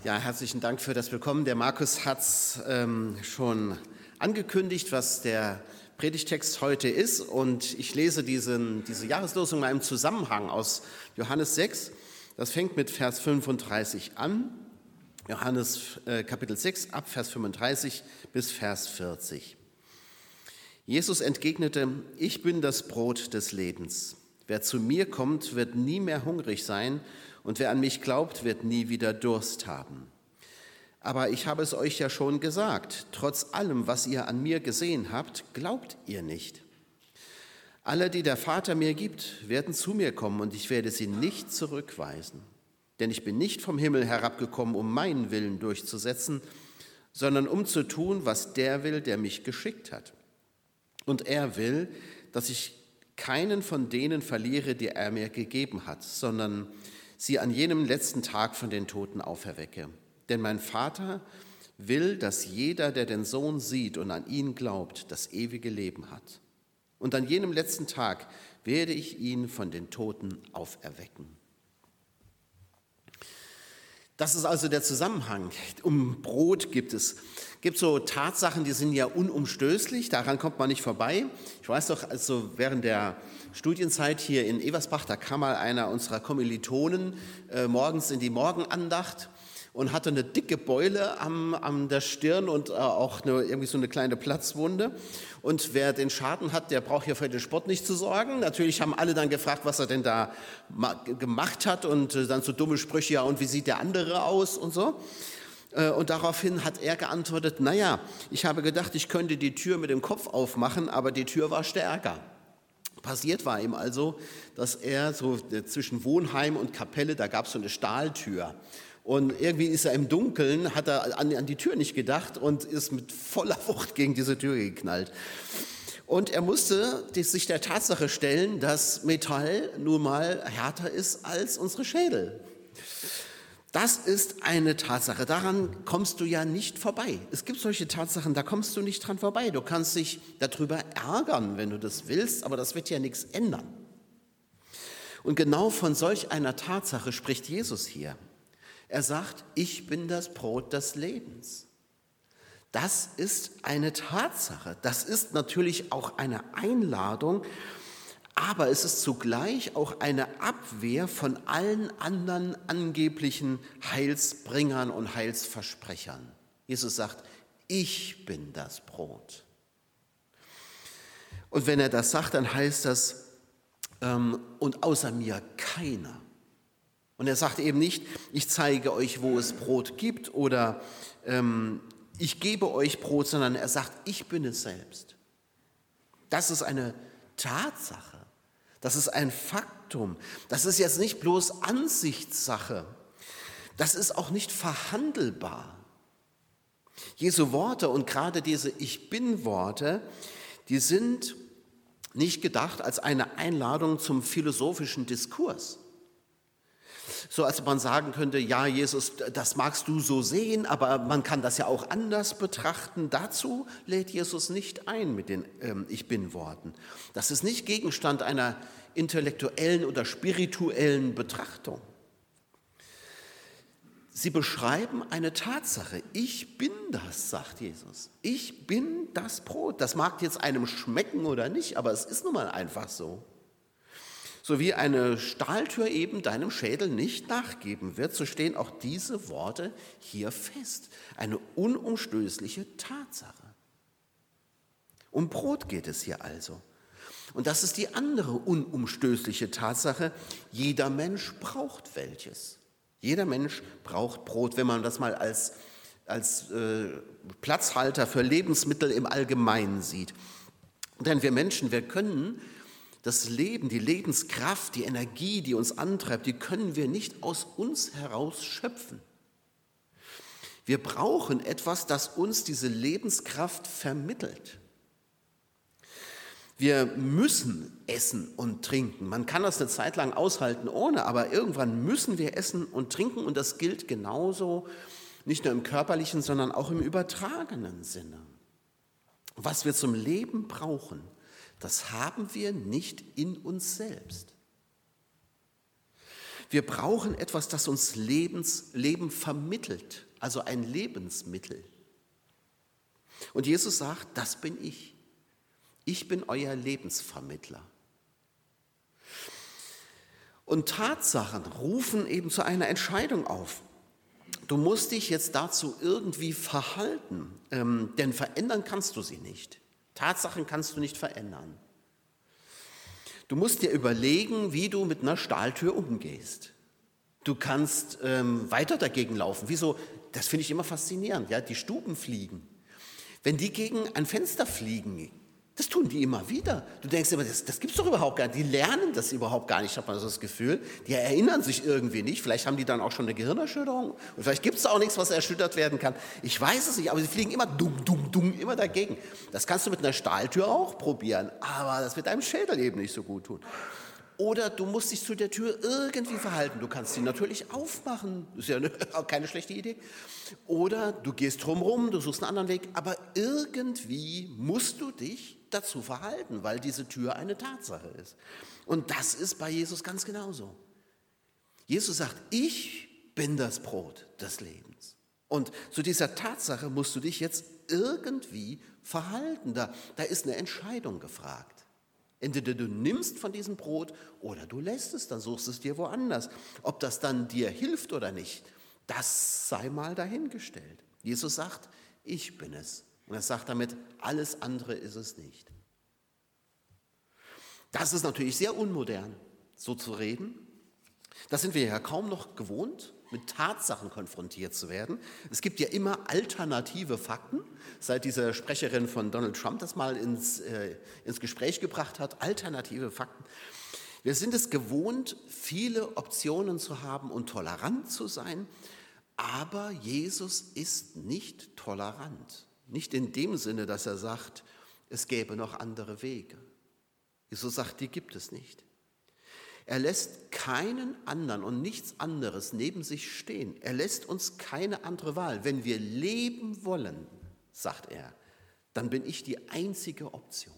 Ja, herzlichen Dank für das Willkommen. Der Markus hat es schon angekündigt, was der Predigtext heute ist. Und ich lese diese Jahreslosung mal im Zusammenhang aus Johannes 6. Das fängt mit Vers 35 an. Johannes Kapitel 6 ab Vers 35 bis Vers 40. Jesus entgegnete: Ich bin das Brot des Lebens. Wer zu mir kommt, wird nie mehr hungrig sein, und wer an mich glaubt, wird nie wieder Durst haben. Aber ich habe es euch ja schon gesagt, trotz allem, was ihr an mir gesehen habt, glaubt ihr nicht. Alle, die der Vater mir gibt, werden zu mir kommen, und ich werde sie nicht zurückweisen. Denn ich bin nicht vom Himmel herabgekommen, um meinen Willen durchzusetzen, sondern um zu tun, was der will, der mich geschickt hat. Und er will, dass ich keinen von denen verliere, die er mir gegeben hat, sondern sie an jenem letzten Tag von den Toten auferwecke. Denn mein Vater will, dass jeder, der den Sohn sieht und an ihn glaubt, das ewige Leben hat. Und an jenem letzten Tag werde ich ihn von den Toten auferwecken. Das ist also der Zusammenhang. Um Brot gibt so Tatsachen, die sind ja unumstößlich, daran kommt man nicht vorbei. Ich weiß doch, also während der Studienzeit hier in Eversbach, da kam mal einer unserer Kommilitonen morgens in die Morgenandacht und hatte eine dicke Beule an der Stirn und auch irgendwie so eine kleine Platzwunde. Und wer den Schaden hat, der braucht hier für den Sport nicht zu sorgen. Natürlich haben alle dann gefragt, was er denn da gemacht hat, und dann so dumme Sprüche, ja, und wie sieht der andere aus und so. Und daraufhin hat er geantwortet: Naja, ich habe gedacht, ich könnte die Tür mit dem Kopf aufmachen, aber die Tür war stärker. Passiert war ihm also, dass er so zwischen Wohnheim und Kapelle, da gab es so eine Stahltür. Und irgendwie ist er im Dunkeln, hat er an die Tür nicht gedacht und ist mit voller Wucht gegen diese Tür geknallt. Und er musste sich der Tatsache stellen, dass Metall nun mal härter ist als unsere Schädel. Das ist eine Tatsache, daran kommst du ja nicht vorbei. Es gibt solche Tatsachen, da kommst du nicht dran vorbei. Du kannst dich darüber ärgern, wenn du das willst, aber das wird ja nichts ändern. Und genau von solch einer Tatsache spricht Jesus hier. Er sagt: Ich bin das Brot des Lebens. Das ist eine Tatsache. Das ist natürlich auch eine Einladung, aber es ist zugleich auch eine Abwehr von allen anderen angeblichen Heilsbringern und Heilsversprechern. Jesus sagt: Ich bin das Brot. Und wenn er das sagt, dann heißt das, und außer mir keiner. Und er sagt eben nicht: Ich zeige euch, wo es Brot gibt, oder ich gebe euch Brot, sondern er sagt: Ich bin es selbst. Das ist eine Tatsache. Das ist ein Faktum. Das ist jetzt nicht bloß Ansichtssache. Das ist auch nicht verhandelbar. Jesu Worte und gerade diese Ich Bin-Worte, die sind nicht gedacht als eine Einladung zum philosophischen Diskurs. So als man sagen könnte: Ja, Jesus, das magst du so sehen, aber man kann das ja auch anders betrachten. Dazu lädt Jesus nicht ein mit den Ich-Bin-Worten. Das ist nicht Gegenstand einer intellektuellen oder spirituellen Betrachtung. Sie beschreiben eine Tatsache. Ich bin das, sagt Jesus. Ich bin das Brot. Das mag jetzt einem schmecken oder nicht, aber es ist nun mal einfach so. So wie eine Stahltür eben deinem Schädel nicht nachgeben wird, so stehen auch diese Worte hier fest. Eine unumstößliche Tatsache. Um Brot geht es hier also. Und das ist die andere unumstößliche Tatsache: Jeder Mensch braucht welches. Jeder Mensch braucht Brot, wenn man das mal als Platzhalter für Lebensmittel im Allgemeinen sieht. Denn wir Menschen, wir können das Leben, die Lebenskraft, die Energie, die uns antreibt, die können wir nicht aus uns heraus schöpfen. Wir brauchen etwas, das uns diese Lebenskraft vermittelt. Wir müssen essen und trinken. Man kann das eine Zeit lang aushalten ohne, aber irgendwann müssen wir essen und trinken, und das gilt genauso nicht nur im körperlichen, sondern auch im übertragenen Sinne. Was wir zum Leben brauchen, das haben wir nicht in uns selbst. Wir brauchen etwas, das uns Leben vermittelt, also ein Lebensmittel. Und Jesus sagt, das bin ich. Ich bin euer Lebensvermittler. Und Tatsachen rufen eben zu einer Entscheidung auf. Du musst dich jetzt dazu irgendwie verhalten, denn verändern kannst du sie nicht. Tatsachen kannst du nicht verändern. Du musst dir überlegen, wie du mit einer Stahltür umgehst. Du kannst weiter dagegen laufen. Wieso? Das finde ich immer faszinierend. Ja? Die Stubenfliegen, wenn die gegen ein Fenster fliegen, das tun die immer wieder. Du denkst immer, das gibt es doch überhaupt gar nicht. Die lernen das überhaupt gar nicht, hat man so das Gefühl. Die erinnern sich irgendwie nicht. Vielleicht haben die dann auch schon eine Gehirnerschütterung. Und vielleicht gibt es auch nichts, was erschüttert werden kann. Ich weiß es nicht, aber sie fliegen immer immer dagegen. Das kannst du mit einer Stahltür auch probieren, aber das wird deinem Schädel eben nicht so gut tun. Oder du musst dich zu der Tür irgendwie verhalten. Du kannst sie natürlich aufmachen, ist ja keine schlechte Idee. Oder du gehst drumherum, du suchst einen anderen Weg, aber irgendwie musst du dich dazu verhalten, weil diese Tür eine Tatsache ist. Und das ist bei Jesus ganz genauso. Jesus sagt, ich bin das Brot des Lebens. Und zu dieser Tatsache musst du dich jetzt irgendwie verhalten. Da ist eine Entscheidung gefragt. Entweder du nimmst von diesem Brot oder du lässt es, dann suchst es dir woanders. Ob das dann dir hilft oder nicht, das sei mal dahingestellt. Jesus sagt, ich bin es. Und er sagt damit, alles andere ist es nicht. Das ist natürlich sehr unmodern, so zu reden. Das sind wir ja kaum noch gewohnt, mit Tatsachen konfrontiert zu werden. Es gibt ja immer alternative Fakten, seit diese Sprecherin von Donald Trump das mal ins Gespräch gebracht hat, alternative Fakten. Wir sind es gewohnt, viele Optionen zu haben und tolerant zu sein, aber Jesus ist nicht tolerant. Nicht in dem Sinne, dass er sagt, es gäbe noch andere Wege. Jesus sagt, die gibt es nicht. Er lässt keinen anderen und nichts anderes neben sich stehen. Er lässt uns keine andere Wahl. Wenn wir leben wollen, sagt er, dann bin ich die einzige Option.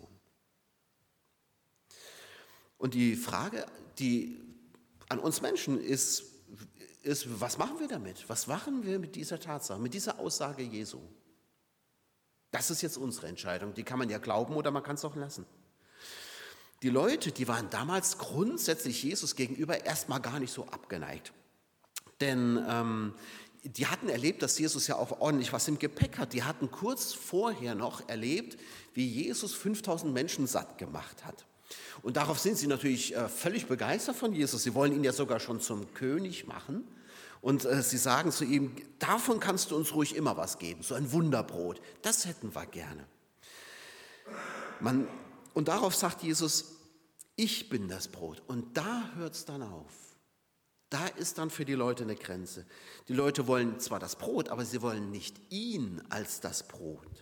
Und die Frage, die an uns Menschen ist, was machen wir damit? Was machen wir mit dieser Tatsache, mit dieser Aussage Jesu? Das ist jetzt unsere Entscheidung. Die kann man ja glauben oder man kann es auch lassen. Die Leute, die waren damals grundsätzlich Jesus gegenüber erstmal gar nicht so abgeneigt. Denn die hatten erlebt, dass Jesus ja auch ordentlich was im Gepäck hat. Die hatten kurz vorher noch erlebt, wie Jesus 5000 Menschen satt gemacht hat. Und darauf sind sie natürlich völlig begeistert von Jesus. Sie wollen ihn ja sogar schon zum König machen. Und sie sagen zu ihm, davon kannst du uns ruhig immer was geben, so ein Wunderbrot. Das hätten wir gerne. Und darauf sagt Jesus, ich bin das Brot. Und da hört es dann auf. Da ist dann für die Leute eine Grenze. Die Leute wollen zwar das Brot, aber sie wollen nicht ihn als das Brot.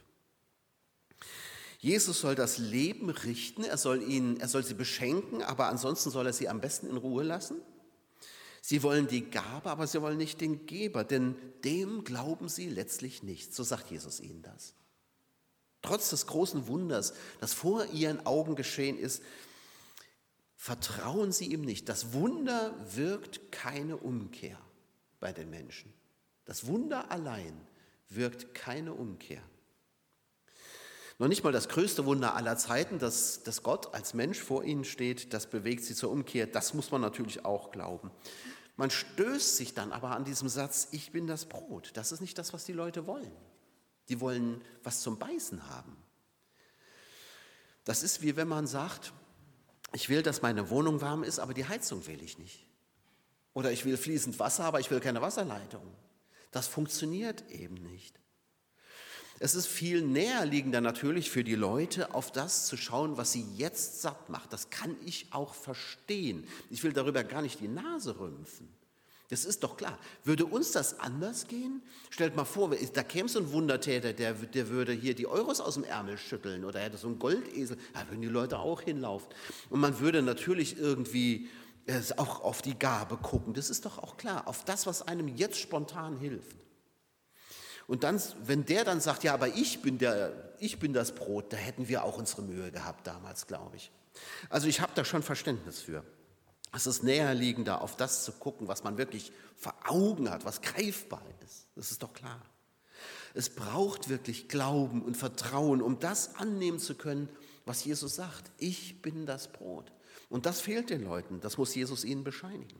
Jesus soll das Leben richten, er soll sie beschenken, aber ansonsten soll er sie am besten in Ruhe lassen. Sie wollen die Gabe, aber sie wollen nicht den Geber, denn dem glauben sie letztlich nicht. So sagt Jesus ihnen das. Trotz des großen Wunders, das vor ihren Augen geschehen ist, vertrauen sie ihm nicht. Das Wunder wirkt keine Umkehr bei den Menschen. Das Wunder allein wirkt keine Umkehr. Noch nicht mal das größte Wunder aller Zeiten, dass Gott als Mensch vor ihnen steht, das bewegt sie zur Umkehr. Das muss man natürlich auch glauben. Man stößt sich dann aber an diesem Satz, ich bin das Brot. Das ist nicht das, was die Leute wollen. Die wollen was zum Beißen haben. Das ist wie wenn man sagt, ich will, dass meine Wohnung warm ist, aber die Heizung will ich nicht. Oder ich will fließend Wasser, aber ich will keine Wasserleitung. Das funktioniert eben nicht. Es ist viel näherliegender natürlich für die Leute, auf das zu schauen, was sie jetzt satt macht. Das kann ich auch verstehen. Ich will darüber gar nicht die Nase rümpfen. Das ist doch klar. Würde uns das anders gehen? Stellt mal vor, da käme so ein Wundertäter, der würde hier die Euros aus dem Ärmel schütteln oder er hätte so einen Goldesel, da würden die Leute auch hinlaufen. Und man würde natürlich irgendwie auch auf die Gabe gucken. Das ist doch auch klar, auf das, was einem jetzt spontan hilft. Und dann, wenn der dann sagt, ja, aber ich bin das Brot, da hätten wir auch unsere Mühe gehabt damals, glaube ich. Also ich habe da schon Verständnis für. Es ist näherliegender, auf das zu gucken, was man wirklich vor Augen hat, was greifbar ist. Das ist doch klar. Es braucht wirklich Glauben und Vertrauen, um das annehmen zu können, was Jesus sagt. Ich bin das Brot. Und das fehlt den Leuten. Das muss Jesus ihnen bescheinigen.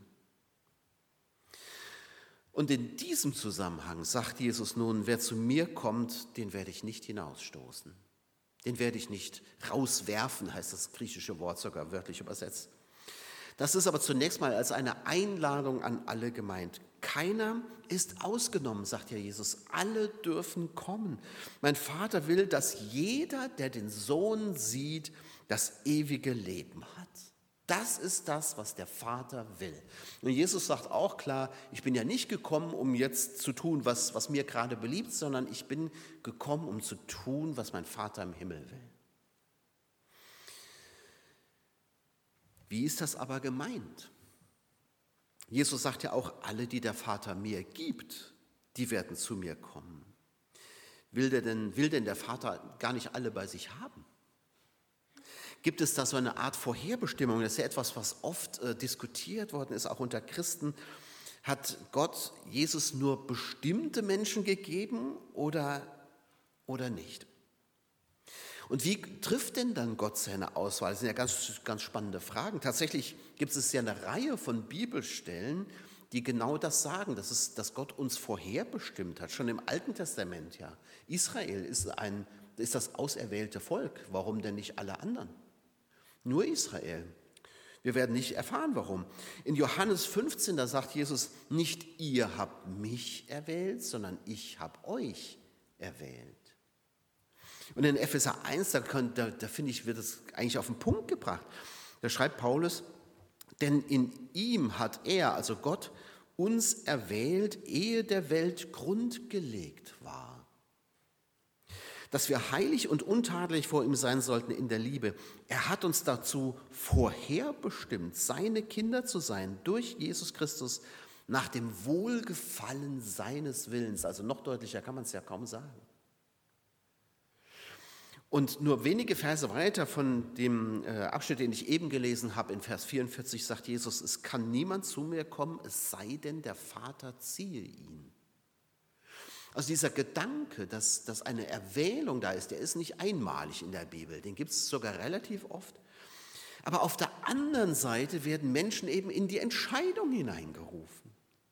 Und in diesem Zusammenhang sagt Jesus nun, wer zu mir kommt, den werde ich nicht hinausstoßen. Den werde ich nicht rauswerfen, heißt das griechische Wort sogar wörtlich übersetzt. Das ist aber zunächst mal als eine Einladung an alle gemeint. Keiner ist ausgenommen, sagt ja Jesus. Alle dürfen kommen. Mein Vater will, dass jeder, der den Sohn sieht, das ewige Leben hat. Das ist das, was der Vater will. Und Jesus sagt auch klar, ich bin ja nicht gekommen, um jetzt zu tun, was mir gerade beliebt, sondern ich bin gekommen, um zu tun, was mein Vater im Himmel will. Wie ist das aber gemeint? Jesus sagt ja auch, alle, die der Vater mir gibt, die werden zu mir kommen. Will denn der Vater gar nicht alle bei sich haben? Gibt es da so eine Art Vorherbestimmung? Das ist ja etwas, was oft diskutiert worden ist, auch unter Christen. Hat Gott Jesus nur bestimmte Menschen gegeben oder nicht? Und wie trifft denn dann Gott seine Auswahl? Das sind ja ganz spannende Fragen. Tatsächlich gibt es ja eine Reihe von Bibelstellen, die genau das sagen, dass Gott uns vorherbestimmt hat, schon im Alten Testament ja. Israel ist das auserwählte Volk. Warum denn nicht alle anderen? Nur Israel. Wir werden nicht erfahren, warum. In Johannes 15, da sagt Jesus, nicht ihr habt mich erwählt, sondern ich habe euch erwählt. Und in Epheser 1, da finde ich, wird es eigentlich auf den Punkt gebracht. Da schreibt Paulus, denn in ihm hat er, also Gott, uns erwählt, ehe der Welt Grund gelegt war. Dass wir heilig und untadelig vor ihm sein sollten in der Liebe. Er hat uns dazu vorherbestimmt, seine Kinder zu sein, durch Jesus Christus, nach dem Wohlgefallen seines Willens. Also noch deutlicher kann man es ja kaum sagen. Und nur wenige Verse weiter von dem Abschnitt, den ich eben gelesen habe, in Vers 44 sagt Jesus, es kann niemand zu mir kommen, es sei denn, der Vater ziehe ihn. Also dieser Gedanke, dass eine Erwählung da ist, der ist nicht einmalig in der Bibel, den gibt es sogar relativ oft. Aber auf der anderen Seite werden Menschen eben in die Entscheidung hineingerufen.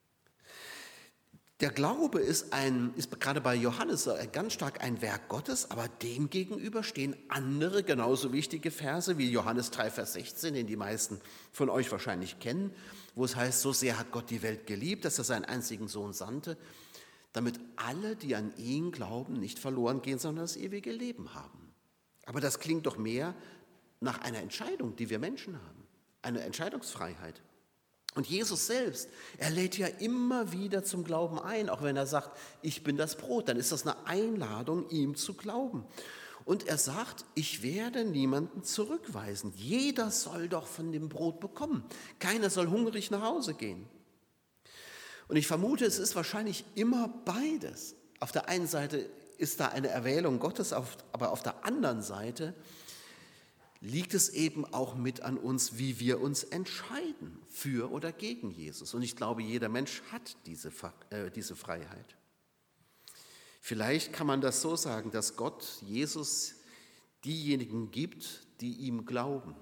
Der Glaube ist gerade bei Johannes ganz stark ein Werk Gottes, aber dem gegenüber stehen andere genauso wichtige Verse wie Johannes 3, Vers 16, den die meisten von euch wahrscheinlich kennen, wo es heißt, so sehr hat Gott die Welt geliebt, dass er seinen einzigen Sohn sandte, damit alle, die an ihn glauben, nicht verloren gehen, sondern das ewige Leben haben. Aber das klingt doch mehr nach einer Entscheidung, die wir Menschen haben, eine Entscheidungsfreiheit. Und Jesus selbst, er lädt ja immer wieder zum Glauben ein, auch wenn er sagt, ich bin das Brot, dann ist das eine Einladung, ihm zu glauben. Und er sagt, ich werde niemanden zurückweisen. Jeder soll doch von dem Brot bekommen. Keiner soll hungrig nach Hause gehen. Und ich vermute, es ist wahrscheinlich immer beides. Auf der einen Seite ist da eine Erwählung Gottes, aber auf der anderen Seite liegt es eben auch mit an uns, wie wir uns entscheiden für oder gegen Jesus. Und ich glaube, jeder Mensch hat diese Freiheit. Vielleicht kann man das so sagen, dass Gott Jesus diejenigen gibt, die ihm glauben.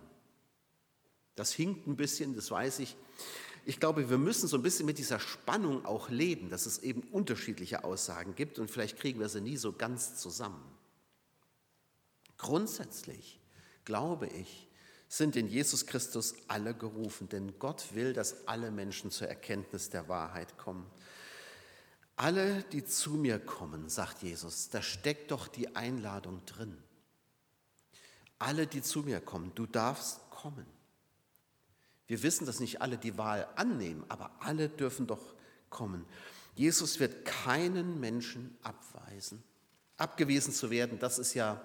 Das hinkt ein bisschen, das weiß ich. Ich glaube, wir müssen so ein bisschen mit dieser Spannung auch leben, dass es eben unterschiedliche Aussagen gibt und vielleicht kriegen wir sie nie so ganz zusammen. Grundsätzlich glaube ich, sind in Jesus Christus alle gerufen, denn Gott will, dass alle Menschen zur Erkenntnis der Wahrheit kommen. Alle, die zu mir kommen, sagt Jesus, da steckt doch die Einladung drin. Alle, die zu mir kommen, du darfst kommen. Wir wissen, dass nicht alle die Wahl annehmen, aber alle dürfen doch kommen. Jesus wird keinen Menschen abweisen. Abgewiesen zu werden, das ist ja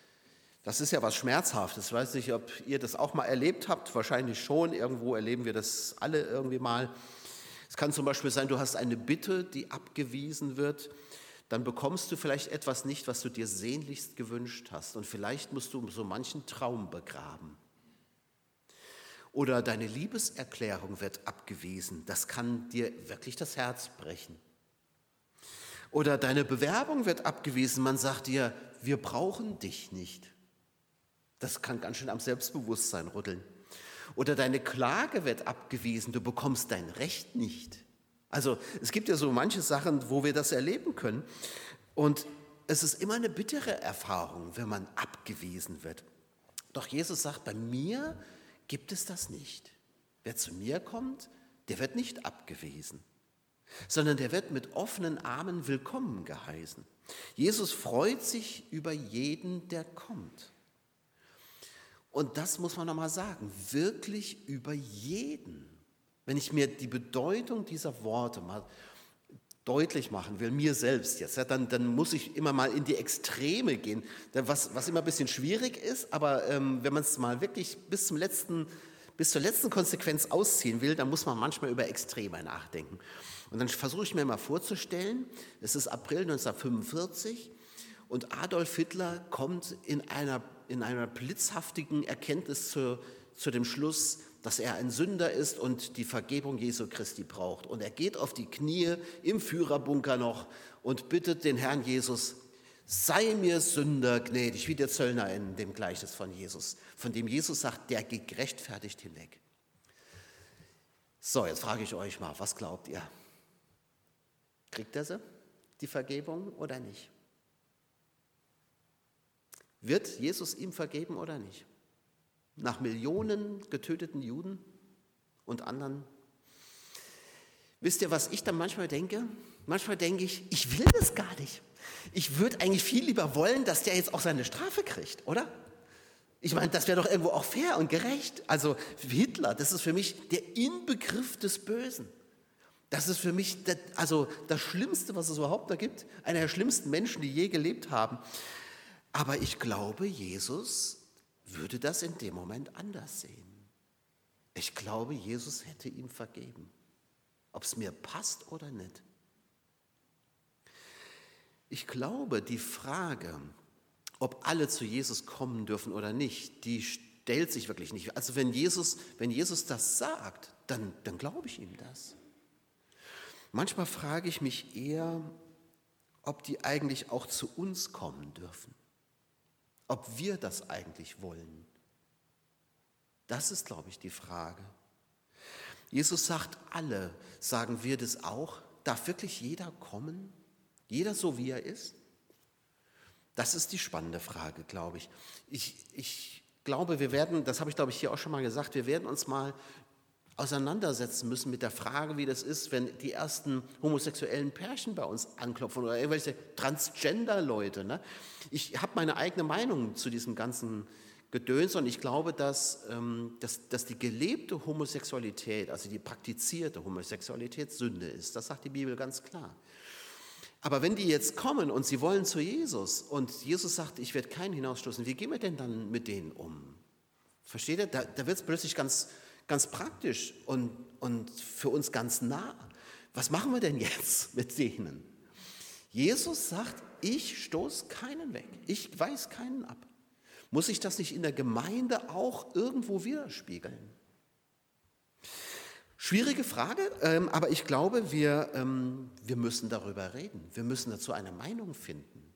was Schmerzhaftes. Ich weiß nicht, ob ihr das auch mal erlebt habt. Wahrscheinlich schon. Irgendwo erleben wir das alle irgendwie mal. Es kann zum Beispiel sein, du hast eine Bitte, die abgewiesen wird. Dann bekommst du vielleicht etwas nicht, was du dir sehnlichst gewünscht hast. Und vielleicht musst du so manchen Traum begraben. Oder deine Liebeserklärung wird abgewiesen. Das kann dir wirklich das Herz brechen. Oder deine Bewerbung wird abgewiesen. Man sagt dir, wir brauchen dich nicht. Das kann ganz schön am Selbstbewusstsein rütteln. Oder deine Klage wird abgewiesen. Du bekommst dein Recht nicht. Also es gibt ja so manche Sachen, wo wir das erleben können. Und es ist immer eine bittere Erfahrung, wenn man abgewiesen wird. Doch Jesus sagt, bei mir gibt es das nicht. Wer zu mir kommt, der wird nicht abgewiesen, sondern der wird mit offenen Armen willkommen geheißen. Jesus freut sich über jeden, der kommt. Und das muss man nochmal sagen, wirklich über jeden. Wenn ich mir die Bedeutung dieser Worte mal deutlich machen will, mir selbst jetzt, ja, dann muss ich immer mal in die Extreme gehen, was immer ein bisschen schwierig ist, aber wenn man es mal wirklich bis zur letzten Konsequenz ausziehen will, dann muss man manchmal über Extreme nachdenken. Und dann versuche ich mir mal vorzustellen, es ist April 1945 und Adolf Hitler kommt in einer blitzhaftigen Erkenntnis zu dem Schluss, dass er ein Sünder ist und die Vergebung Jesu Christi braucht. Und er geht auf die Knie im Führerbunker noch und bittet den Herrn Jesus, sei mir Sünder gnädig, wie der Zöllner in dem Gleichnis von Jesus, von dem Jesus sagt, der geht gerechtfertigt hinweg. So, jetzt frage ich euch mal, was glaubt ihr? Kriegt er sie, die Vergebung, oder nicht? Wird Jesus ihm vergeben oder nicht? Nach Millionen getöteten Juden und anderen. Wisst ihr, was ich dann manchmal denke? Manchmal denke ich will das gar nicht. Ich würde eigentlich viel lieber wollen, dass der jetzt auch seine Strafe kriegt, oder? Ich meine, das wäre doch irgendwo auch fair und gerecht. Also Hitler, das ist für mich der Inbegriff des Bösen. Das ist für mich das Schlimmste, was es überhaupt da gibt. Einer der schlimmsten Menschen, die je gelebt haben. Aber ich glaube, Jesus würde das in dem Moment anders sehen. Ich glaube, Jesus hätte ihm vergeben. Ob es mir passt oder nicht. Ich glaube, die Frage, ob alle zu Jesus kommen dürfen oder nicht, die stellt sich wirklich nicht. Also wenn Jesus das sagt, dann glaube ich ihm das. Manchmal frage ich mich eher, ob die eigentlich auch zu uns kommen dürfen. Ob wir das eigentlich wollen. Das ist, glaube ich, die Frage. Jesus sagt, alle, sagen wir das auch? Darf wirklich jeder kommen? Jeder so, wie er ist? Das ist die spannende Frage, glaube ich. Ich glaube, das habe ich, glaube ich, hier auch schon mal gesagt, wir werden uns mal auseinandersetzen müssen mit der Frage, wie das ist, wenn die ersten homosexuellen Pärchen bei uns anklopfen oder irgendwelche Transgender-Leute. Ne? Ich habe meine eigene Meinung zu diesem ganzen Gedöns und ich glaube, dass die gelebte Homosexualität, also die praktizierte Homosexualität Sünde ist. Das sagt die Bibel ganz klar. Aber wenn die jetzt kommen und sie wollen zu Jesus und Jesus sagt, ich werde keinen hinausstoßen, wie gehen wir denn dann mit denen um? Versteht ihr? Da wird es plötzlich ganz praktisch und für uns ganz nah. Was machen wir denn jetzt mit denen? Jesus sagt, ich stoße keinen weg, ich weise keinen ab. Muss ich das nicht in der Gemeinde auch irgendwo widerspiegeln? Schwierige Frage, aber ich glaube, wir müssen darüber reden. Wir müssen dazu eine Meinung finden.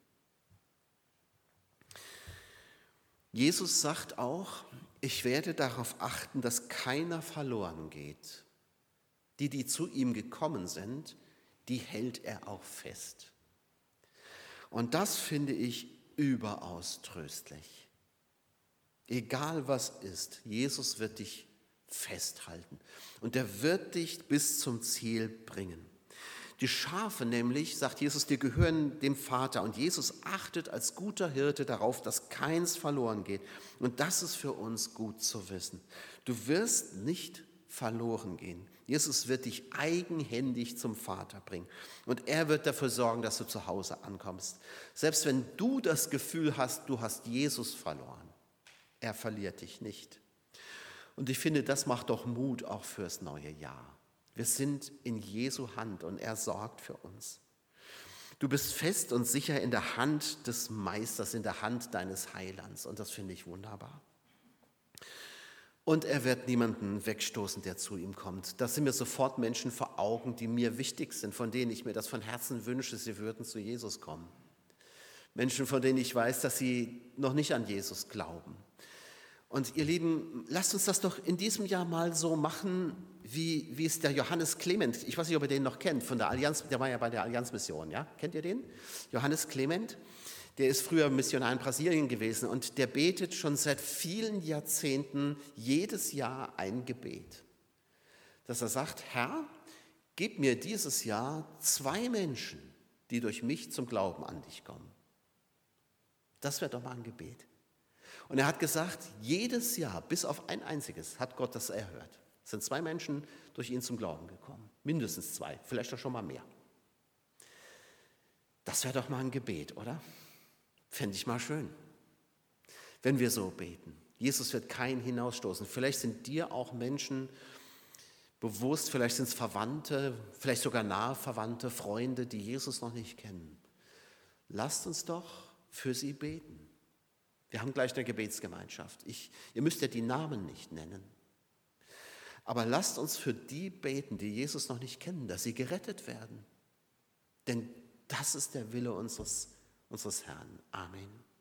Jesus sagt auch, ich werde darauf achten, dass keiner verloren geht. Die zu ihm gekommen sind, die hält er auch fest. Und das finde ich überaus tröstlich. Egal was ist, Jesus wird dich festhalten und er wird dich bis zum Ziel bringen. Die Schafe nämlich, sagt Jesus, die gehören dem Vater und Jesus achtet als guter Hirte darauf, dass keins verloren geht. Und das ist für uns gut zu wissen. Du wirst nicht verloren gehen. Jesus wird dich eigenhändig zum Vater bringen und er wird dafür sorgen, dass du zu Hause ankommst. Selbst wenn du das Gefühl hast, du hast Jesus verloren, er verliert dich nicht. Und ich finde, das macht doch Mut auch fürs neue Jahr. Wir sind in Jesu Hand und er sorgt für uns. Du bist fest und sicher in der Hand des Meisters, in der Hand deines Heilands und das finde ich wunderbar. Und er wird niemanden wegstoßen, der zu ihm kommt. Da sind mir sofort Menschen vor Augen, die mir wichtig sind, von denen ich mir das von Herzen wünsche, sie würden zu Jesus kommen. Menschen, von denen ich weiß, dass sie noch nicht an Jesus glauben. Und ihr Lieben, lasst uns das doch in diesem Jahr mal so machen, wie es der Johannes Clement, ich weiß nicht, ob ihr den noch kennt, von der Allianz, der war ja bei der Allianzmission, ja? Kennt ihr den? Johannes Clement, der ist früher Missionar in Brasilien gewesen und der betet schon seit vielen Jahrzehnten jedes Jahr ein Gebet, dass er sagt, Herr, gib mir dieses Jahr 2 Menschen, die durch mich zum Glauben an dich kommen. Das wäre doch mal ein Gebet. Und er hat gesagt, jedes Jahr, bis auf ein einziges, hat Gott das erhört. Es sind 2 Menschen durch ihn zum Glauben gekommen. Mindestens 2, vielleicht auch schon mal mehr. Das wäre doch mal ein Gebet, oder? Fände ich mal schön, wenn wir so beten. Jesus wird keinen hinausstoßen. Vielleicht sind dir auch Menschen bewusst, vielleicht sind es Verwandte, vielleicht sogar nahe Verwandte, Freunde, die Jesus noch nicht kennen. Lasst uns doch für sie beten. Wir haben gleich eine Gebetsgemeinschaft. Ihr müsst ja die Namen nicht nennen. Aber lasst uns für die beten, die Jesus noch nicht kennen, dass sie gerettet werden. Denn das ist der Wille unseres Herrn. Amen.